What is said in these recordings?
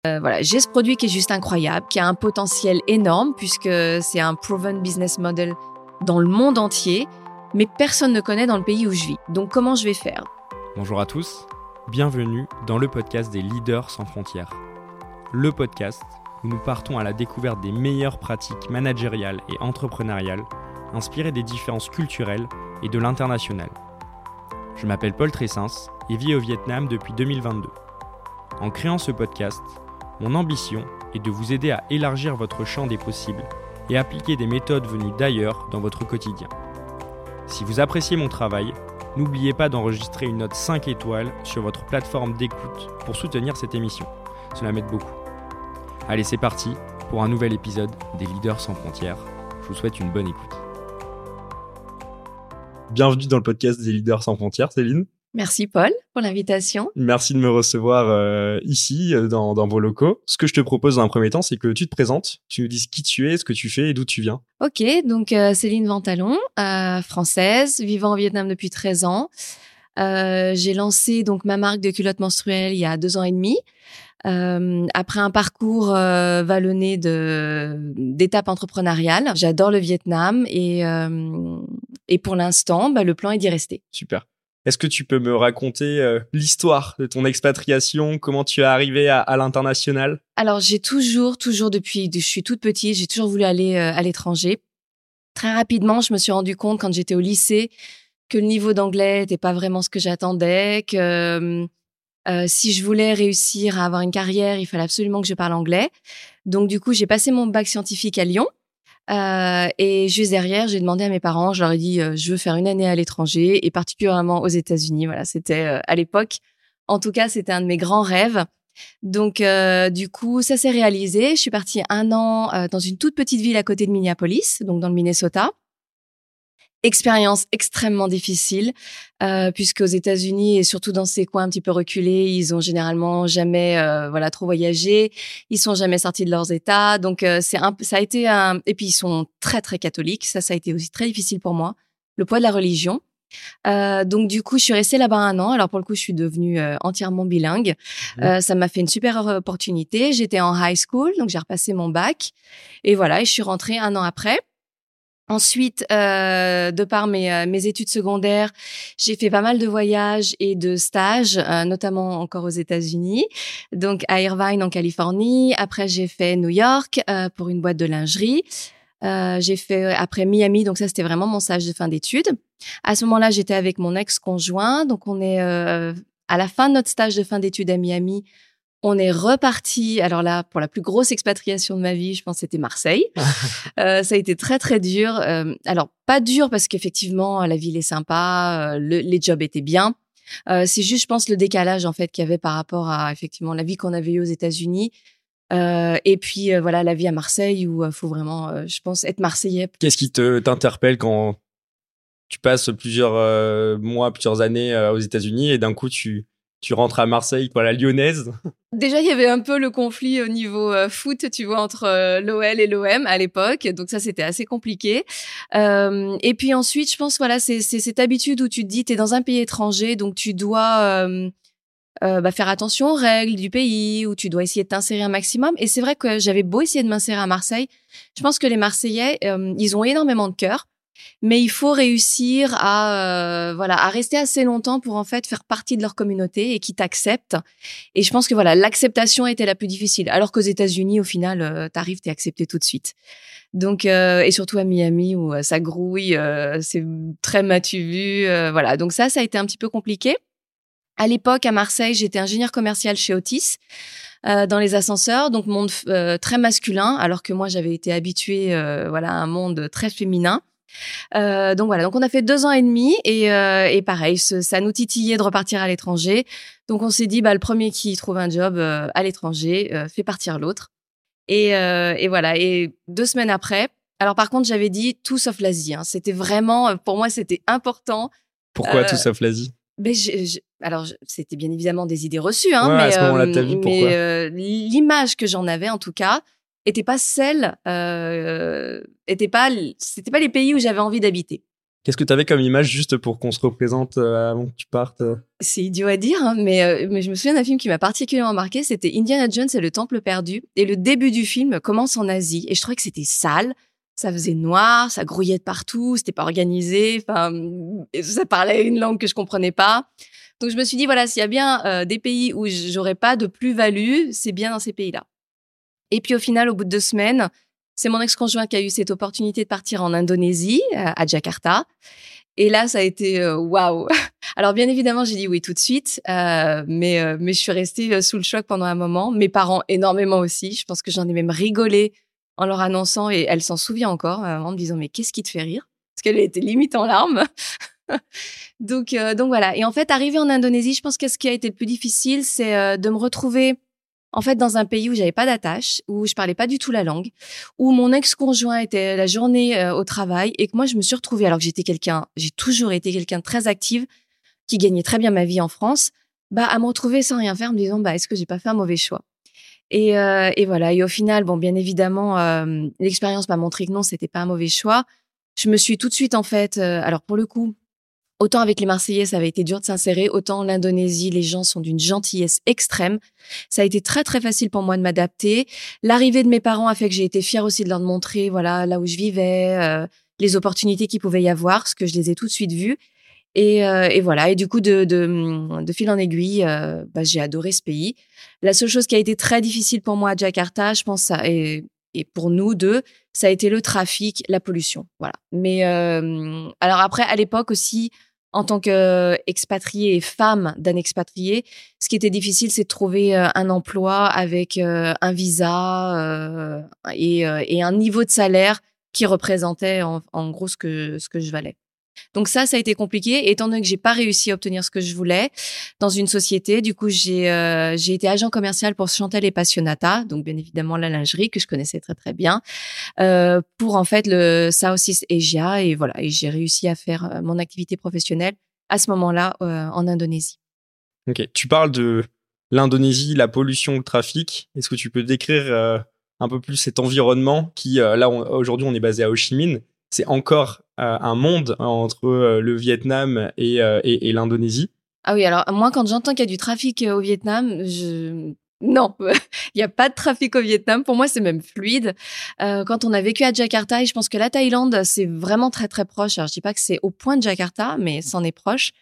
Voilà, j'ai ce produit qui est juste incroyable, qui a un potentiel énorme puisque c'est un proven business model dans le monde entier, mais personne ne connaît dans le pays où je vis. Donc comment je vais faire ? Bonjour à tous, bienvenue dans le podcast des Leaders sans frontières. Le podcast où nous partons à la découverte des meilleures pratiques managériales et entrepreneuriales, inspirées des différences culturelles et de l'international. Je m'appelle Paul Tressens et vis au Vietnam depuis 2022. En créant ce podcast, mon ambition est de vous aider à élargir votre champ des possibles et appliquer des méthodes venues d'ailleurs dans votre quotidien. Si vous appréciez mon travail, n'oubliez pas d'enregistrer une note 5 étoiles sur votre plateforme d'écoute pour soutenir cette émission. Cela m'aide beaucoup. Allez, c'est parti pour un nouvel épisode des Leaders sans frontières. Je vous souhaite une bonne écoute. Bienvenue dans le podcast des Leaders sans frontières, Céline. Merci Paul pour l'invitation. Merci de me recevoir ici, dans vos locaux. Ce que je te propose dans un premier temps, c'est que tu te présentes, tu nous dises qui tu es, ce que tu fais et d'où tu viens. Ok, donc Céline Ventalon, française, vivant au Vietnam depuis 13 ans. J'ai lancé donc ma marque de culottes menstruelles il y a 2 ans et demi. Après un parcours vallonné d'étapes entrepreneuriales. J'adore le Vietnam et pour l'instant, le plan est d'y rester. Super. Est-ce que tu peux me raconter l'histoire de ton expatriation, comment tu es arrivée à l'international ? Alors, j'ai toujours depuis que je suis toute petite, j'ai toujours voulu aller à l'étranger. Très rapidement, je me suis rendu compte quand j'étais au lycée que le niveau d'anglais n'était pas vraiment ce que j'attendais, que si je voulais réussir à avoir une carrière, il fallait absolument que je parle anglais. Donc, du coup, j'ai passé mon bac scientifique à Lyon. Et juste derrière, j'ai demandé à mes parents, je leur ai dit, je veux faire une année à l'étranger et particulièrement aux États-Unis. Voilà, c'était à l'époque. En tout cas, c'était un de mes grands rêves. Donc, du coup, ça s'est réalisé. Je suis partie 1 an dans une toute petite ville à côté de Minneapolis, donc dans le Minnesota. Expérience extrêmement difficile, puisque aux États-Unis et surtout dans ces coins un petit peu reculés, ils ont généralement jamais trop voyagé, ils sont jamais sortis de leurs États, donc ça a été et puis ils sont très très catholiques, ça a été aussi très difficile pour moi, le poids de la religion. Donc du coup, je suis restée là-bas 1 an. Alors pour le coup, je suis devenue entièrement bilingue. Ça m'a fait une super opportunité. J'étais en high school, donc j'ai repassé mon bac et voilà, et je suis rentrée 1 an après. Ensuite, de par mes études secondaires, j'ai fait pas mal de voyages et de stages, notamment encore aux États-Unis, donc à Irvine en Californie. Après, j'ai fait New York pour une boîte de lingerie. J'ai fait après Miami, donc ça c'était vraiment mon stage de fin d'études. À ce moment-là, j'étais avec mon ex-conjoint, donc on est à la fin de notre stage de fin d'études à Miami. On est reparti, alors là, pour la plus grosse expatriation de ma vie, je pense que c'était Marseille. Ça a été très, très dur. Alors, pas dur parce qu'effectivement, la ville est sympa, les jobs étaient bien. C'est juste, je pense, le décalage en fait qu'il y avait par rapport à effectivement la vie qu'on avait eue aux États-Unis. Et puis, la vie à Marseille où il faut vraiment, je pense, être Marseillais. Qu'est-ce qui t'interpelle quand tu passes plusieurs mois, plusieurs années aux États-Unis et d'un coup, tu rentres à Marseille, quoi, la lyonnaise? Déjà, il y avait un peu le conflit au niveau foot, tu vois, entre l'OL et l'OM à l'époque. Donc ça, c'était assez compliqué. Et puis ensuite, je pense, c'est cette habitude où tu te dis, t'es dans un pays étranger, donc tu dois faire attention aux règles du pays, où tu dois essayer de t'insérer un maximum. Et c'est vrai que j'avais beau essayer de m'insérer à Marseille. Je pense que les Marseillais, ils ont énormément de cœur. Mais il faut réussir à rester assez longtemps pour en fait faire partie de leur communauté et qu'ils t'acceptent. Et je pense que l'acceptation était la plus difficile. Alors qu'aux États-Unis, au final, t'arrives, t'es accepté tout de suite. Donc et surtout à Miami où ça grouille, c'est très m'as-tu vu, voilà. Donc ça a été un petit peu compliqué. À l'époque, à Marseille, j'étais ingénieure commerciale chez Otis. Dans les ascenseurs, donc monde très masculin, alors que moi j'avais été habituée à un monde très féminin. Donc on a fait 2 ans et demi et pareil, ça nous titillait de repartir à l'étranger. Donc on s'est dit le premier qui trouve un job à l'étranger fait partir l'autre. Et voilà. Et 2 semaines après, alors par contre j'avais dit tout sauf l'Asie. Hein. C'était vraiment pour moi c'était important. Pourquoi tout sauf l'Asie ? Alors c'était bien évidemment des idées reçues, hein, ouais, mais à ce moment-là de ta vie, pourquoi ? L'image que j'en avais en tout cas était pas celle, c'était pas les pays où j'avais envie d'habiter. Qu'est-ce que tu avais comme image juste pour qu'on se représente avant que tu partes? C'est idiot à dire, hein, mais je me souviens d'un film qui m'a particulièrement marqué, c'était Indiana Jones et le Temple perdu. Et le début du film commence en Asie. Et je trouvais que c'était sale, ça faisait noir, ça grouillait de partout, c'était pas organisé, enfin, ça parlait une langue que je comprenais pas. Donc je me suis dit, voilà, s'il y a bien des pays où j'aurais pas de plus-value, c'est bien dans ces pays-là. Et puis au final, au bout de 2 semaines, c'est mon ex-conjoint qui a eu cette opportunité de partir en Indonésie, à Jakarta. Et là, ça a été waouh. Alors bien évidemment, j'ai dit oui tout de suite, mais je suis restée sous le choc pendant un moment. Mes parents énormément aussi. Je pense que j'en ai même rigolé en leur annonçant, et elle s'en souvient encore, en me disant mais qu'est-ce qui te fait rire? Parce qu'elle était limite en larmes. Donc voilà. Et en fait, arrivée en Indonésie, je pense que ce qui a été le plus difficile, c'est de me retrouver en fait dans un pays où j'avais pas d'attache, où je parlais pas du tout la langue, où mon ex-conjoint était la journée au travail, et que moi je me suis retrouvée, alors que j'ai toujours été quelqu'un de très active, qui gagnait très bien ma vie en France, à me retrouver sans rien faire, en me disant est-ce que j'ai pas fait un mauvais choix? Et voilà. Et au final, bon, bien évidemment, l'expérience m'a montré que non, c'était pas un mauvais choix. Je me suis tout de suite, en fait, alors pour le coup, autant avec les Marseillais, ça avait été dur de s'insérer, autant l'Indonésie, les gens sont d'une gentillesse extrême. Ça a été très, très facile pour moi de m'adapter. L'arrivée de mes parents a fait que j'ai été fière aussi de leur montrer, voilà, là où je vivais, les opportunités qu'il pouvait y avoir, parce que je les ai tout de suite vues. Et voilà. Et du coup, de fil en aiguille, j'ai adoré ce pays. La seule chose qui a été très difficile pour moi à Jakarta, je pense, et pour nous deux, ça a été le trafic, la pollution. Voilà. Mais alors après, à l'époque aussi, en tant qu'expatriée et femme d'un expatrié, ce qui était difficile, c'est de trouver un emploi avec un visa et un niveau de salaire qui représentait en gros ce que je valais. Donc ça a été compliqué. Et étant donné que j'ai pas réussi à obtenir ce que je voulais dans une société, du coup j'ai été agent commercial pour Chantel et Passionata, donc bien évidemment la lingerie que je connaissais très très bien, pour en fait le Southeast Asia. Et voilà, et j'ai réussi à faire mon activité professionnelle à ce moment-là en Indonésie. Ok, tu parles de l'Indonésie, la pollution, le trafic. Est-ce que tu peux décrire un peu plus cet environnement qui, aujourd'hui, on est basé à Ho Chi Minh. C'est encore un monde entre le Vietnam et l'Indonésie. Ah oui, alors moi, quand j'entends qu'il y a du trafic au Vietnam, non, il n'y a pas de trafic au Vietnam. Pour moi, c'est même fluide. Quand on a vécu à Jakarta, et je pense que la Thaïlande, c'est vraiment très, très proche. Alors, je dis pas que c'est au point de Jakarta, mais c'en est proche.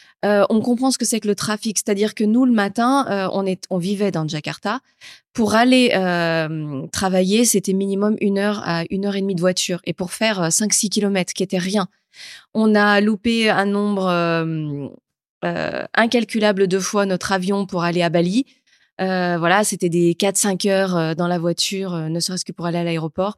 On comprend ce que c'est que le trafic. C'est-à-dire que nous, le matin, on vivait dans Jakarta. Pour aller travailler, c'était minimum 1 heure à 1 heure et demie de voiture. Et pour faire 5-6 kilomètres, qui était rien. On a loupé un nombre incalculable de fois notre avion pour aller à Bali. Voilà, c'était des 4-5 heures dans la voiture, ne serait-ce que pour aller à l'aéroport.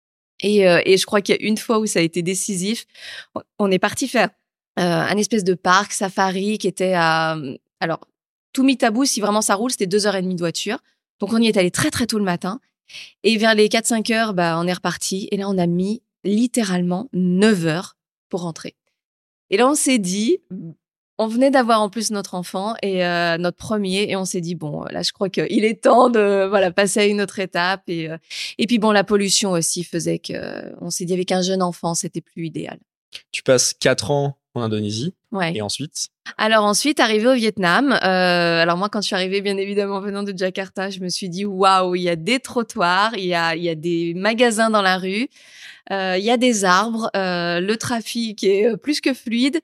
Et je crois qu'il y a une fois où ça a été décisif. On est parti faire un espèce de parc safari qui était alors, tout mis à bout, si vraiment ça roule, c'était 2h30 de voiture. Donc, on y est allé très, très tôt le matin. Et vers les 4-5 heures, on est reparti. Et là, on a mis littéralement 9 heures pour rentrer. Et là, on s'est dit, on venait d'avoir en plus notre enfant et notre premier, et on s'est dit bon, là, je crois qu'il est temps de passer à une autre étape. Et puis bon, la pollution aussi faisait que on s'est dit avec un jeune enfant, c'était plus idéal. Tu passes 4 ans en Indonésie. Ouais. Et ensuite? Alors ensuite, arrivé au Vietnam. Alors moi, quand je suis arrivée, bien évidemment, venant de Jakarta, je me suis dit waouh, il y a des trottoirs, il y a des magasins dans la rue. Il y a des arbres, le trafic est plus que fluide,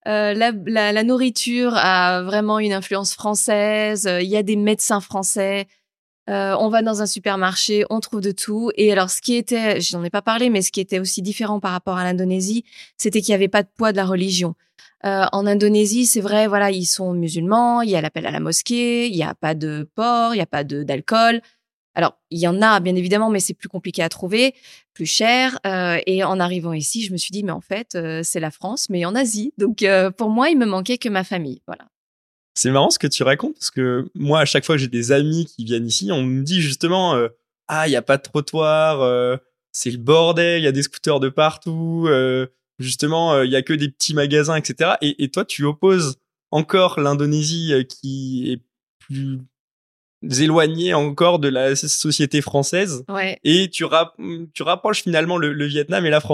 la nourriture a vraiment une influence française, il y a des médecins français, on va dans un supermarché, on trouve de tout. Et alors, j'en ai pas parlé, mais ce qui était aussi différent par rapport à l'Indonésie, c'était qu'il y avait pas de poids de la religion. En Indonésie, c'est vrai, voilà, ils sont musulmans, il y a l'appel à la mosquée, il y a pas de porc, il y a pas d'alcool. Alors, il y en a, bien évidemment, mais c'est plus compliqué à trouver, plus cher. Et en arrivant ici, je me suis dit, mais en fait, c'est la France, mais en Asie. Donc, pour moi, il me manquait que ma famille. Voilà. C'est marrant ce que tu racontes, parce que moi, à chaque fois que j'ai des amis qui viennent ici, on me dit justement, il n'y a pas de trottoir, c'est le bordel, il y a des scooters de partout, justement, il y a que des petits magasins, etc. Et toi, tu opposes encore l'Indonésie qui est plus éloigné encore de la société française. Ouais. Et tu rapproches finalement le Vietnam et la France.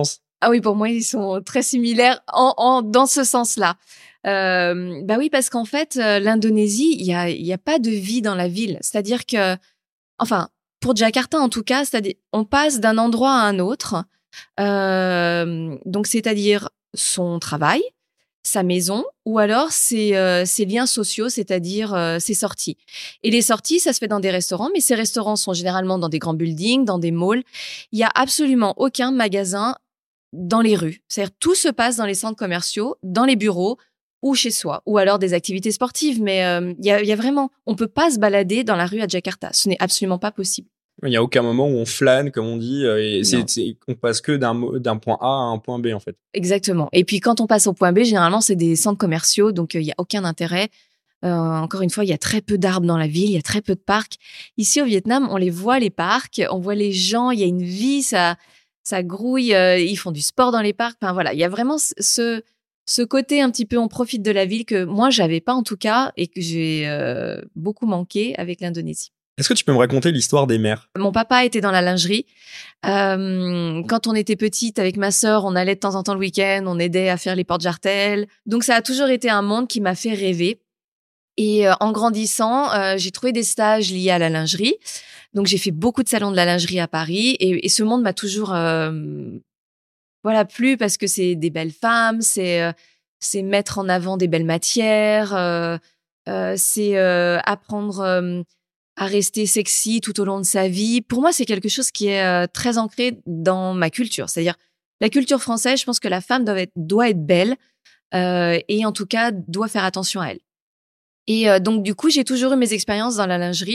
Ah oui, pour moi, ils sont très similaires dans ce sens-là. Bah oui, parce qu'en fait, l'Indonésie, il y a pas de vie dans la ville. C'est-à-dire que, enfin, pour Jakarta en tout cas, c'est-à-dire, on passe d'un endroit à un autre. Donc, c'est-à-dire son travail, sa maison, ou alors ses liens sociaux, c'est-à-dire ses sorties. Et les sorties, ça se fait dans des restaurants, mais ces restaurants sont généralement dans des grands buildings, dans des malls. Il y a absolument aucun magasin dans les rues. C'est-à-dire tout se passe dans les centres commerciaux, dans les bureaux ou chez soi, ou alors des activités sportives. Mais il y a vraiment, on peut pas se balader dans la rue à Jakarta. Ce n'est absolument pas possible. Il n'y a aucun moment où on flâne, comme on dit, et Non. on passe que d'un point A à un point B, en fait. Exactement. Et puis quand on passe au point B, généralement, c'est des centres commerciaux, donc il y a aucun intérêt. Encore une fois, il y a très peu d'arbres dans la ville, il y a très peu de parcs. Ici au Vietnam, on les voit les parcs, on voit les gens, il y a une vie, ça grouille, ils font du sport dans les parcs. Enfin voilà, il y a vraiment ce côté un petit peu on profite de la ville que moi j'avais pas en tout cas et que j'ai beaucoup manqué avec l'Indonésie. Est-ce que tu peux me raconter l'histoire des mères? Mon papa était dans la lingerie. Quand on était petite avec ma sœur, on allait de temps en temps le week-end, on aidait à faire les porte-jartelles. Donc ça a toujours été un monde qui m'a fait rêver. Et en grandissant, j'ai trouvé des stages liés à la lingerie. Donc j'ai fait beaucoup de salons de la lingerie à Paris et ce monde m'a toujours plu parce que c'est des belles femmes, c'est mettre en avant des belles matières, c'est apprendre à rester sexy tout au long de sa vie. Pour moi, c'est quelque chose qui est très ancré dans ma culture. C'est-à-dire, la culture française, je pense que la femme doit être belle et en tout cas, doit faire attention à elle. Et donc, du coup, j'ai toujours eu mes expériences dans la lingerie.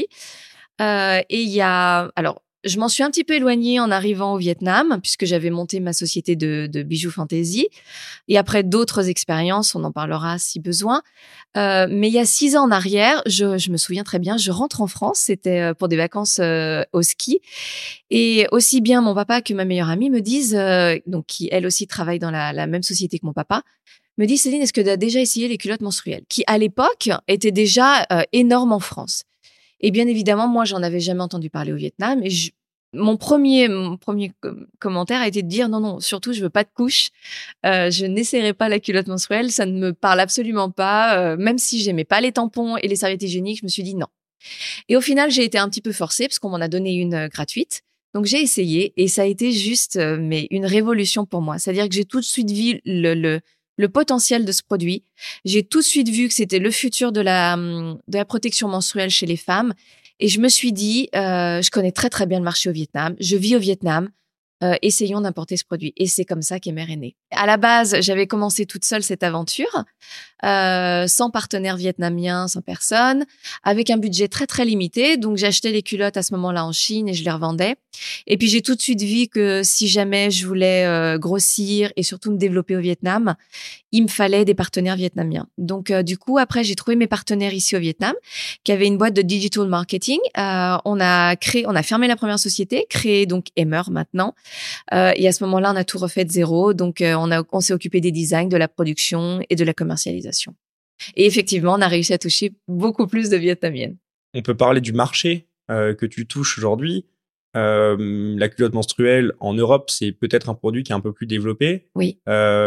Et alors, je m'en suis un petit peu éloignée en arrivant au Vietnam, puisque j'avais monté ma société de bijoux fantasy. Et après d'autres expériences, on en parlera si besoin. Mais il y a 6 ans en arrière, je me souviens très bien, je rentre en France, c'était pour des vacances au ski. Et aussi bien mon papa que ma meilleure amie me disent, donc qui elle aussi travaille dans la même société que mon papa, me dit Céline, est-ce que tu as déjà essayé les culottes menstruelles, qui à l'époque étaient déjà énormes en France. Et bien évidemment, moi, j'en avais jamais entendu parler au Vietnam. Et mon premier commentaire a été de dire non, surtout, je veux pas de couche. Je n'essaierai pas la culotte menstruelle. Ça ne me parle absolument pas. Même si j'aimais pas les tampons et les serviettes hygiéniques, je me suis dit non. Et au final, j'ai été un petit peu forcée parce qu'on m'en a donné une gratuite. Donc, j'ai essayé et ça a été juste, mais une révolution pour moi. C'est-à-dire que j'ai tout de suite vu le potentiel de ce produit. J'ai tout de suite vu que c'était le futur de la protection menstruelle chez les femmes. Et je me suis dit, je connais très, très bien le marché au Vietnam. Je vis au Vietnam. Essayons d'importer ce produit. Et c'est comme ça qu'Emer est né. À la base, j'avais commencé toute seule cette aventure, sans partenaire vietnamien, sans personne, avec un budget très, très limité. Donc, j'achetais les culottes à ce moment-là en Chine et je les revendais. Et puis, j'ai tout de suite vu que si jamais je voulais grossir et surtout me développer au Vietnam, il me fallait des partenaires vietnamiens. Donc, du coup, après, j'ai trouvé mes partenaires ici au Vietnam, qui avaient une boîte de digital marketing. On a fermé la première société, créé donc Emer maintenant. Et à ce moment-là, on a tout refait de zéro. Donc, on s'est occupé des designs, de la production et de la commercialisation. Et effectivement, on a réussi à toucher beaucoup plus de Vietnamiennes. On peut parler du marché que tu touches aujourd'hui. La culotte menstruelle en Europe, c'est peut-être un produit qui est un peu plus développé. Oui.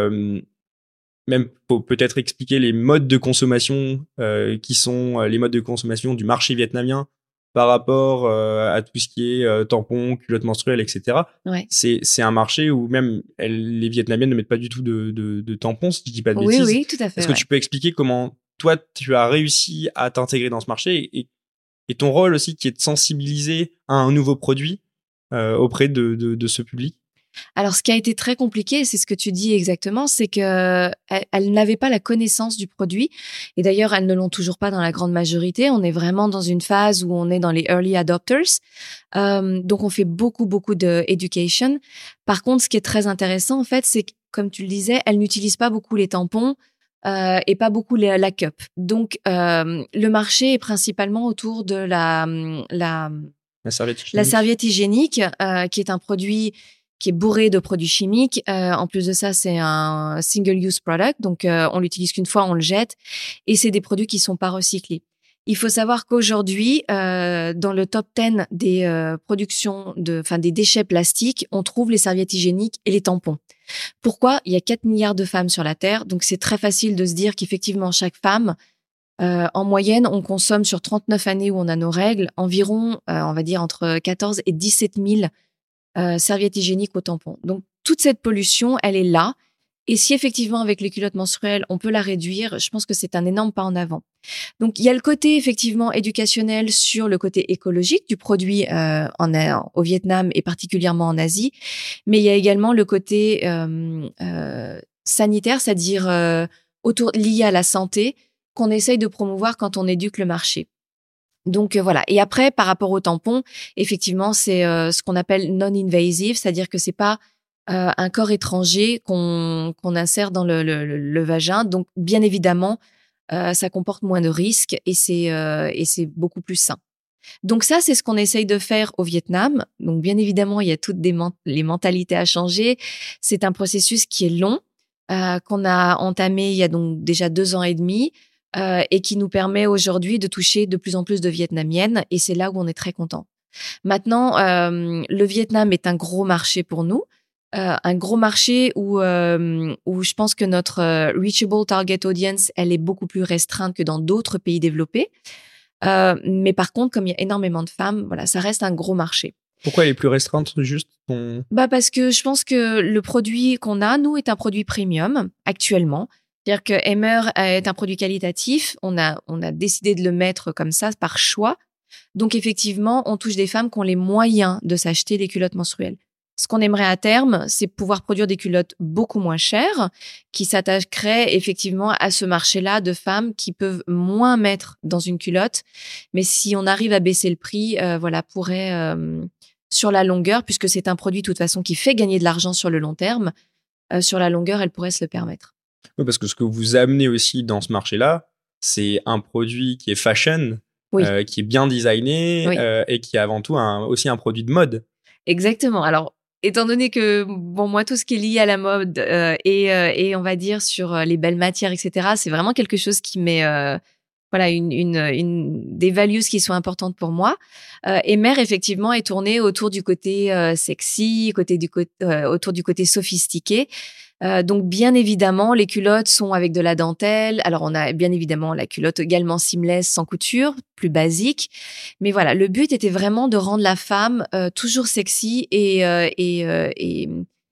Même pour peut-être expliquer les modes de consommation qui sont les modes de consommation du marché vietnamien par rapport à tout ce qui est tampons, culottes menstruelles, etc. Ouais. C'est un marché où même les Vietnamiennes ne mettent pas du tout de tampons, si je dis pas de bêtises. Oui, tout à fait. Est-ce que tu peux expliquer comment toi, tu as réussi à t'intégrer dans ce marché et ton rôle aussi qui est de sensibiliser à un nouveau produit auprès de ce public? Alors, ce qui a été très compliqué, c'est ce que tu dis exactement, c'est que elles n'avaient pas la connaissance du produit. Et d'ailleurs, elles ne l'ont toujours pas dans la grande majorité. On est vraiment dans une phase où on est dans les early adopters. Donc, on fait beaucoup de education. Par contre, ce qui est très intéressant, en fait, c'est que, comme tu le disais, elles n'utilisent pas beaucoup les tampons. Et pas beaucoup la cup. Donc, le marché est principalement autour de la serviette hygiénique, qui est un produit qui est bourré de produits chimiques. En plus de ça, c'est un single-use product, donc on l'utilise qu'une fois, on le jette, et c'est des produits qui sont pas recyclés. Il faut savoir qu'aujourd'hui, dans le top 10 des productions des déchets plastiques, on trouve les serviettes hygiéniques et les tampons. Pourquoi? Il y a 4 milliards de femmes sur la Terre, donc c'est très facile de se dire qu'effectivement, chaque femme, en moyenne, on consomme sur 39 années où on a nos règles, environ, on va dire, entre 14 et 17 000 serviettes hygiéniques au tampon. Donc, toute cette pollution, elle est là. Et si effectivement, avec les culottes menstruelles, on peut la réduire, je pense que c'est un énorme pas en avant. Donc, il y a le côté effectivement éducationnel sur le côté écolique du produit au Vietnam et particulièrement en Asie, mais il y a également le côté sanitaire, c'est-à-dire lié à la santé, qu'on essaye de promouvoir quand on éduque le marché. Donc voilà. Et après, par rapport au tampon, effectivement, c'est ce qu'on appelle non-invasive, c'est-à-dire que c'est pas un corps étranger qu'on insère dans le vagin. Donc, bien évidemment, ça comporte moins de risques et c'est beaucoup plus sain. Donc ça, c'est ce qu'on essaye de faire au Vietnam. Donc, bien évidemment, il y a toutes les mentalités à changer. C'est un processus qui est long, qu'on a entamé il y a donc déjà 2 ans et demi, et qui nous permet aujourd'hui de toucher de plus en plus de Vietnamiennes. Et c'est là où on est très content. Maintenant, le Vietnam est un gros marché pour nous. Un gros marché où je pense que notre reachable target audience, elle est beaucoup plus restreinte que dans d'autres pays développés. Mais par contre, comme il y a énormément de femmes, voilà, ça reste un gros marché. Pourquoi elle est plus restreinte juste Parce que je pense que le produit qu'on a, nous, est un produit premium actuellement. C'est-à-dire que Emmer est un produit qualitatif. On a décidé de le mettre comme ça par choix. Donc effectivement, on touche des femmes qui ont les moyens de s'acheter des culottes menstruelles. Ce qu'on aimerait à terme, c'est pouvoir produire des culottes beaucoup moins chères, qui s'attaqueraient effectivement à ce marché-là de femmes qui peuvent moins mettre dans une culotte. Mais si on arrive à baisser le prix, pourrait sur la longueur, puisque c'est un produit de toute façon qui fait gagner de l'argent sur le long terme, sur la longueur, elle pourrait se le permettre. Oui, parce que ce que vous amenez aussi dans ce marché-là, c'est un produit qui est fashion, oui. Qui est bien designé, oui. Et qui est avant tout aussi un produit de mode. Exactement. Alors, étant donné que moi tout ce qui est lié à la mode et on va dire sur les belles matières, etc., c'est vraiment quelque chose qui met une des values qui sont importantes pour moi. Emmer effectivement est tourné autour du côté sexy, autour du côté sophistiqué. Donc bien évidemment, les culottes sont avec de la dentelle. Alors on a bien évidemment la culotte également seamless, sans couture, plus basique. Mais voilà, le but était vraiment de rendre la femme toujours sexy et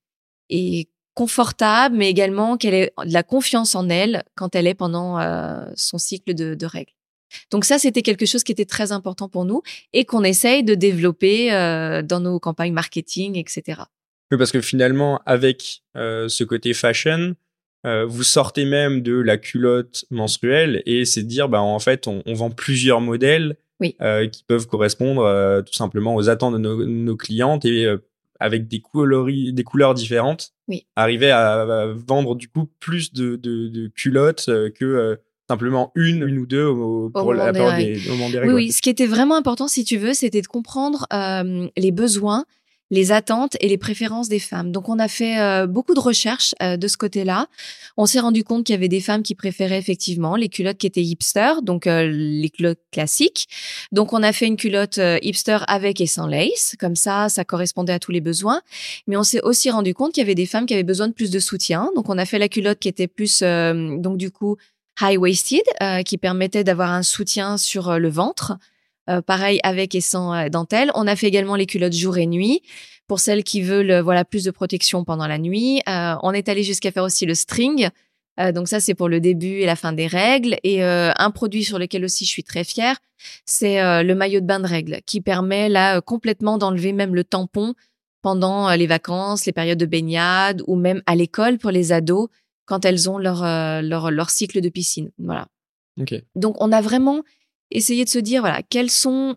confortable, mais également qu'elle ait de la confiance en elle quand elle est pendant son cycle de règles. Donc ça, c'était quelque chose qui était très important pour nous et qu'on essaye de développer dans nos campagnes marketing, etc. Oui, parce que finalement, avec ce côté fashion, vous sortez même de la culotte menstruelle et c'est de dire, en fait, on vend plusieurs modèles oui. Qui peuvent correspondre tout simplement aux attentes de nos clientes et avec des couleurs différentes, oui. Arriver à vendre du coup plus de culottes que simplement une ou deux au moment des règles. Oui, ce qui était vraiment important, si tu veux, c'était de comprendre les besoins, les attentes et les préférences des femmes. Donc, on a fait beaucoup de recherches de ce côté-là. On s'est rendu compte qu'il y avait des femmes qui préféraient effectivement les culottes qui étaient hipster, donc les culottes classiques. Donc, on a fait une culotte hipster avec et sans lace. Comme ça correspondait à tous les besoins. Mais on s'est aussi rendu compte qu'il y avait des femmes qui avaient besoin de plus de soutien. Donc, on a fait la culotte qui était plus, donc du coup, high-waisted, qui permettait d'avoir un soutien sur le ventre. Pareil avec et sans dentelle. On a fait également les culottes jour et nuit pour celles qui veulent plus de protection pendant la nuit. On est allé jusqu'à faire aussi le string. Donc ça, c'est pour le début et la fin des règles. Et un produit sur lequel aussi je suis très fière, c'est le maillot de bain de règles qui permet là complètement d'enlever même le tampon pendant les vacances, les périodes de baignade ou même à l'école pour les ados quand elles ont leur cycle de piscine. Voilà. Okay. Donc, on a vraiment essayé de se dire, quels sont,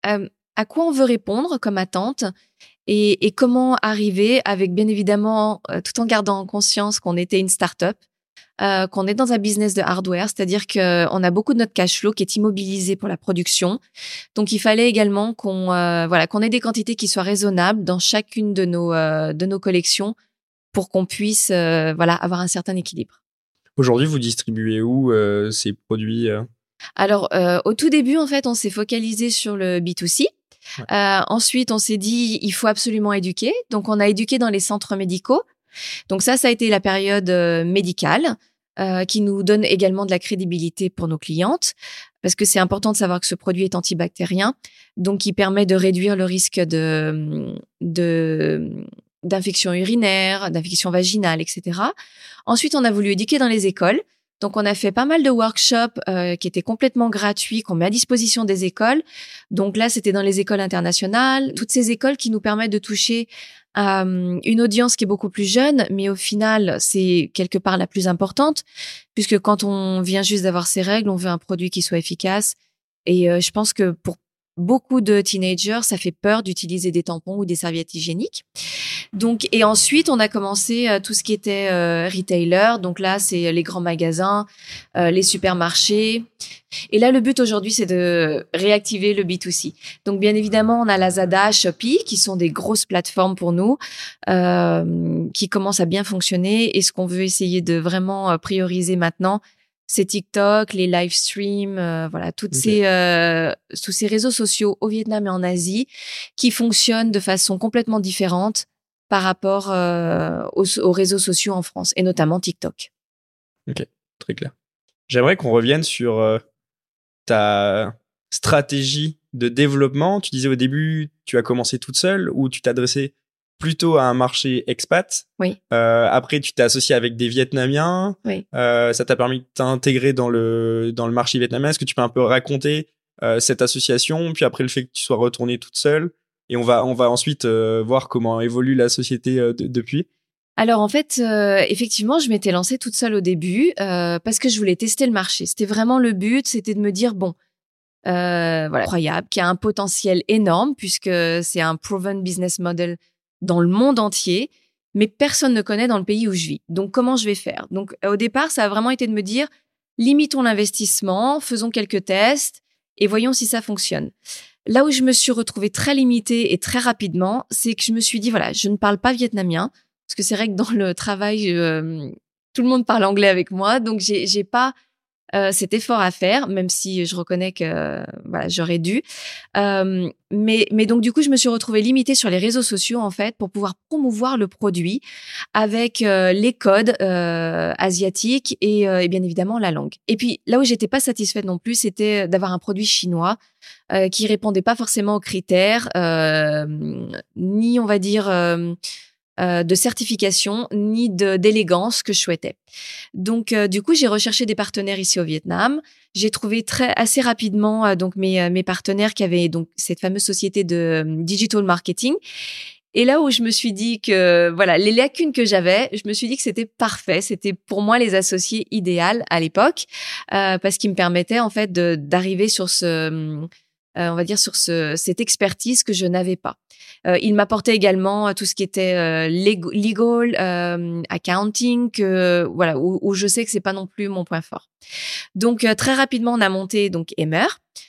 à quoi on veut répondre comme attente et comment arriver avec, bien évidemment, tout en gardant en conscience qu'on était une start-up, qu'on est dans un business de hardware, c'est-à-dire qu'on a beaucoup de notre cash flow qui est immobilisé pour la production. Donc, il fallait également qu'on ait des quantités qui soient raisonnables dans chacune de nos collections pour qu'on puisse avoir un certain équilibre. Aujourd'hui, vous distribuez où ces produits Alors, au tout début, en fait, on s'est focalisé sur le B2C. Ouais. Ensuite, on s'est dit, il faut absolument éduquer. Donc, on a éduqué dans les centres médicaux. Donc ça a été la période médicale qui nous donne également de la crédibilité pour nos clientes parce que c'est important de savoir que ce produit est antibactérien, donc il permet de réduire le risque d'infection urinaire, d'infection vaginale, etc. Ensuite, on a voulu éduquer dans les écoles. Donc, on a fait pas mal de workshops qui étaient complètement gratuits, qu'on met à disposition des écoles. Donc là, c'était dans les écoles internationales, toutes ces écoles qui nous permettent de toucher une audience qui est beaucoup plus jeune, mais au final, c'est quelque part la plus importante, puisque quand on vient juste d'avoir ses règles, on veut un produit qui soit efficace. Et je pense que pour beaucoup de teenagers, ça fait peur d'utiliser des tampons ou des serviettes hygiéniques. Donc, et ensuite, on a commencé tout ce qui était retailer. Donc là, c'est les grands magasins, les supermarchés. Et là, le but aujourd'hui, c'est de réactiver le B2C. Donc, bien évidemment, on a Lazada, Shopee, qui sont des grosses plateformes pour nous, qui commencent à bien fonctionner. Et ce qu'on veut essayer de vraiment prioriser maintenant, c'est TikTok, les live streams, voilà, tous ces réseaux sociaux au Vietnam et en Asie qui fonctionnent de façon complètement différente par rapport aux réseaux sociaux en France, et notamment TikTok. Ok, très clair. J'aimerais qu'on revienne sur ta stratégie de développement. Tu disais au début, tu as commencé toute seule ou tu t'adressais plutôt à un marché expat. Oui. Après, tu t'es associé avec des Vietnamiens. Oui. Ça t'a permis de t'intégrer dans le marché vietnamien. Est-ce que tu peux un peu raconter cette association, puis après le fait que tu sois retournée toute seule? Et on va ensuite voir comment évolue la société depuis. Alors en fait, effectivement, je m'étais lancée toute seule au début parce que je voulais tester le marché. C'était vraiment le but, c'était de me dire bon, voilà, incroyable, qui a un potentiel énorme puisque c'est un proven business model dans le monde entier, mais personne ne connaît dans le pays où je vis. Donc comment je vais faire? Donc au départ, ça a vraiment été de me dire limitons l'investissement, faisons quelques tests et voyons si ça fonctionne. Là où je me suis retrouvée très limitée et très rapidement, c'est que je me suis dit, voilà, je ne parle pas vietnamien, parce que c'est vrai que dans le travail, tout le monde parle anglais avec moi, donc j'ai pas cet effort à faire, même si je reconnais que voilà, j'aurais dû. Mais donc du coup, je me suis retrouvée limitée sur les réseaux sociaux en fait pour pouvoir promouvoir le produit avec les codes asiatiques et bien évidemment la langue. Et puis là où j'étais pas satisfaite non plus, c'était d'avoir un produit chinois qui répondait pas forcément aux critères, ni on va dire de certification ni d'élégance que je souhaitais. Donc du coup, j'ai recherché des partenaires ici au Vietnam. J'ai trouvé assez rapidement donc mes partenaires qui avaient donc cette fameuse société de digital marketing. Et là où je me suis dit que voilà, les lacunes que j'avais, je me suis dit que c'était parfait, c'était pour moi les associés idéaux à l'époque parce qu'ils me permettaient en fait d'arriver sur on va dire sur cette expertise que je n'avais pas. Il m'apportait également tout ce qui était legal, accounting, voilà, où je sais que c'est pas non plus mon point fort. Donc très rapidement, on a monté donc Emmer.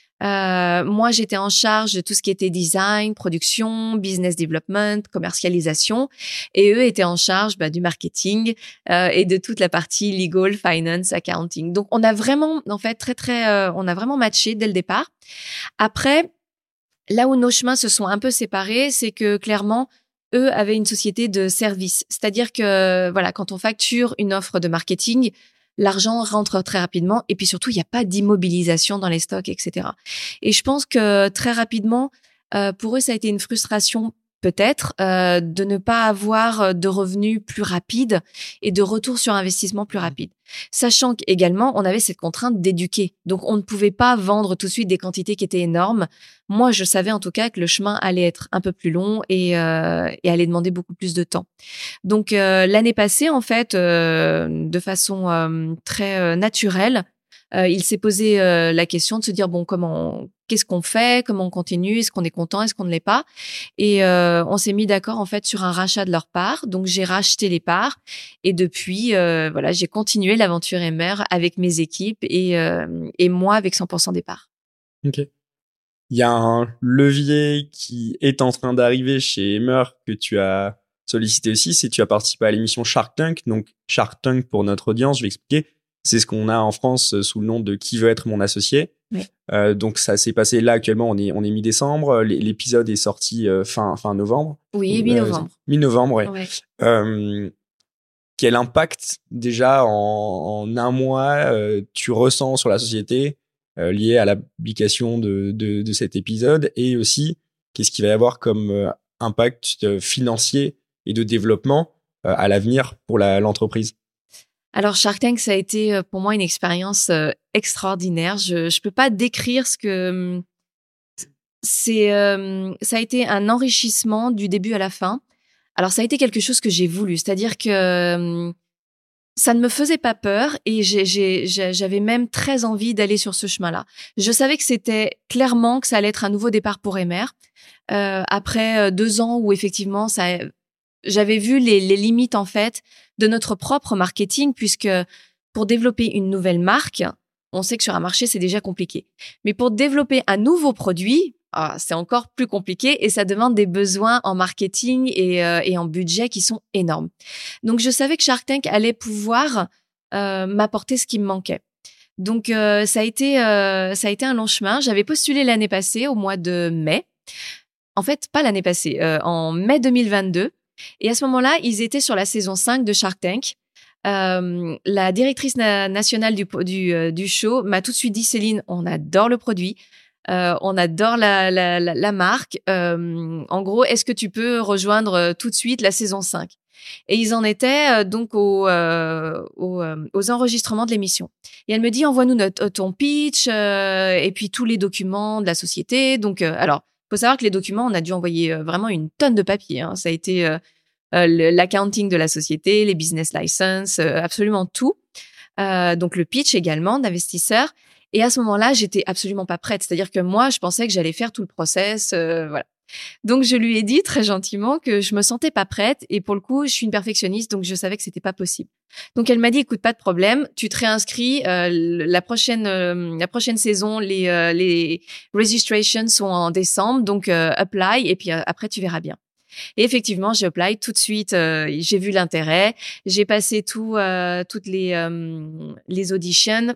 Moi, j'étais en charge de tout ce qui était design, production, business development, commercialisation, et eux étaient en charge du marketing et de toute la partie legal, finance, accounting. Donc, on a vraiment, en fait, on a vraiment matché dès le départ. Après, là où nos chemins se sont un peu séparés, c'est que clairement, eux avaient une société de service. C'est-à-dire que, voilà, quand on facture une offre de marketing, l'argent rentre très rapidement et puis surtout, il n'y a pas d'immobilisation dans les stocks, etc. Et je pense que très rapidement, pour eux, ça a été une frustration peut-être de ne pas avoir de revenus plus rapides et de retour sur investissement plus rapide. Sachant qu'également, on avait cette contrainte d'éduquer. Donc, on ne pouvait pas vendre tout de suite des quantités qui étaient énormes. Moi, je savais en tout cas que le chemin allait être un peu plus long et allait demander beaucoup plus de temps. Donc, l'année passée, en fait, de façon très naturelle, il s'est posé la question de se dire bon, qu'est-ce qu'on fait, comment on continue, est-ce qu'on est content, est-ce qu'on ne l'est pas, et on s'est mis d'accord en fait sur un rachat de leur part. Donc j'ai racheté les parts et depuis voilà, j'ai continué l'aventure Emmer avec mes équipes et moi avec 100% des parts. Ok. Il y a un levier qui est en train d'arriver chez Emmer que tu as sollicité aussi, c'est que tu as participé à l'émission Shark Tank. Donc Shark Tank, pour notre audience, je vais expliquer. C'est ce qu'on a en France sous le nom de Qui veut être mon associé. Oui. Donc ça s'est passé là actuellement, on est mi-décembre, l'épisode est sorti fin novembre. Oui, mi-novembre. Mi-novembre, ouais. Ouais. Quel impact déjà en un mois tu ressens sur la société lié à l'application de cet épisode, et aussi qu'est-ce qu'il va y avoir comme impact financier et de développement à l'avenir pour l'entreprise? Alors Shark Tank, ça a été pour moi une expérience extraordinaire. Je peux pas décrire ce que ça a été un enrichissement du début à la fin. Alors ça a été quelque chose que j'ai voulu, c'est-à-dire que ça ne me faisait pas peur et j'avais même très envie d'aller sur ce chemin-là. Je savais que c'était clairement que ça allait être un nouveau départ pour Emer. Après 2 ans où effectivement j'avais vu les limites en fait de notre propre marketing, puisque pour développer une nouvelle marque, on sait que sur un marché c'est déjà compliqué. Mais pour développer un nouveau produit, c'est encore plus compliqué et ça demande des besoins en marketing et en budget qui sont énormes. Donc je savais que Shark Tank allait pouvoir m'apporter ce qui me manquait. Donc ça a été un long chemin. J'avais postulé l'année passée au mois de mai. En fait, pas l'année passée, en mai 2022. Et à ce moment-là, ils étaient sur la saison 5 de Shark Tank. La directrice nationale du show m'a tout de suite dit: Céline, on adore le produit, on adore la marque. En gros, est-ce que tu peux rejoindre tout de suite la saison 5? Et ils en étaient donc aux enregistrements de l'émission. Et elle me dit: envoie-nous ton pitch et puis tous les documents de la société. Donc, alors, faut savoir que les documents, on a dû envoyer vraiment une tonne de papier. Hein. Ça a été l'accounting de la société, les business licenses, absolument tout. Donc le pitch également d'investisseurs. Et à ce moment-là, j'étais absolument pas prête. C'est-à-dire que moi, je pensais que j'allais faire tout le process, voilà. Donc je lui ai dit très gentiment que je me sentais pas prête, et pour le coup, je suis une perfectionniste, donc je savais que c'était pas possible. Donc elle m'a dit: écoute, pas de problème, tu te réinscris, la prochaine saison, les registrations sont en décembre, donc apply, et puis après tu verras bien. Et effectivement, j'ai apply tout de suite. J'ai vu l'intérêt. J'ai passé toutes les auditions.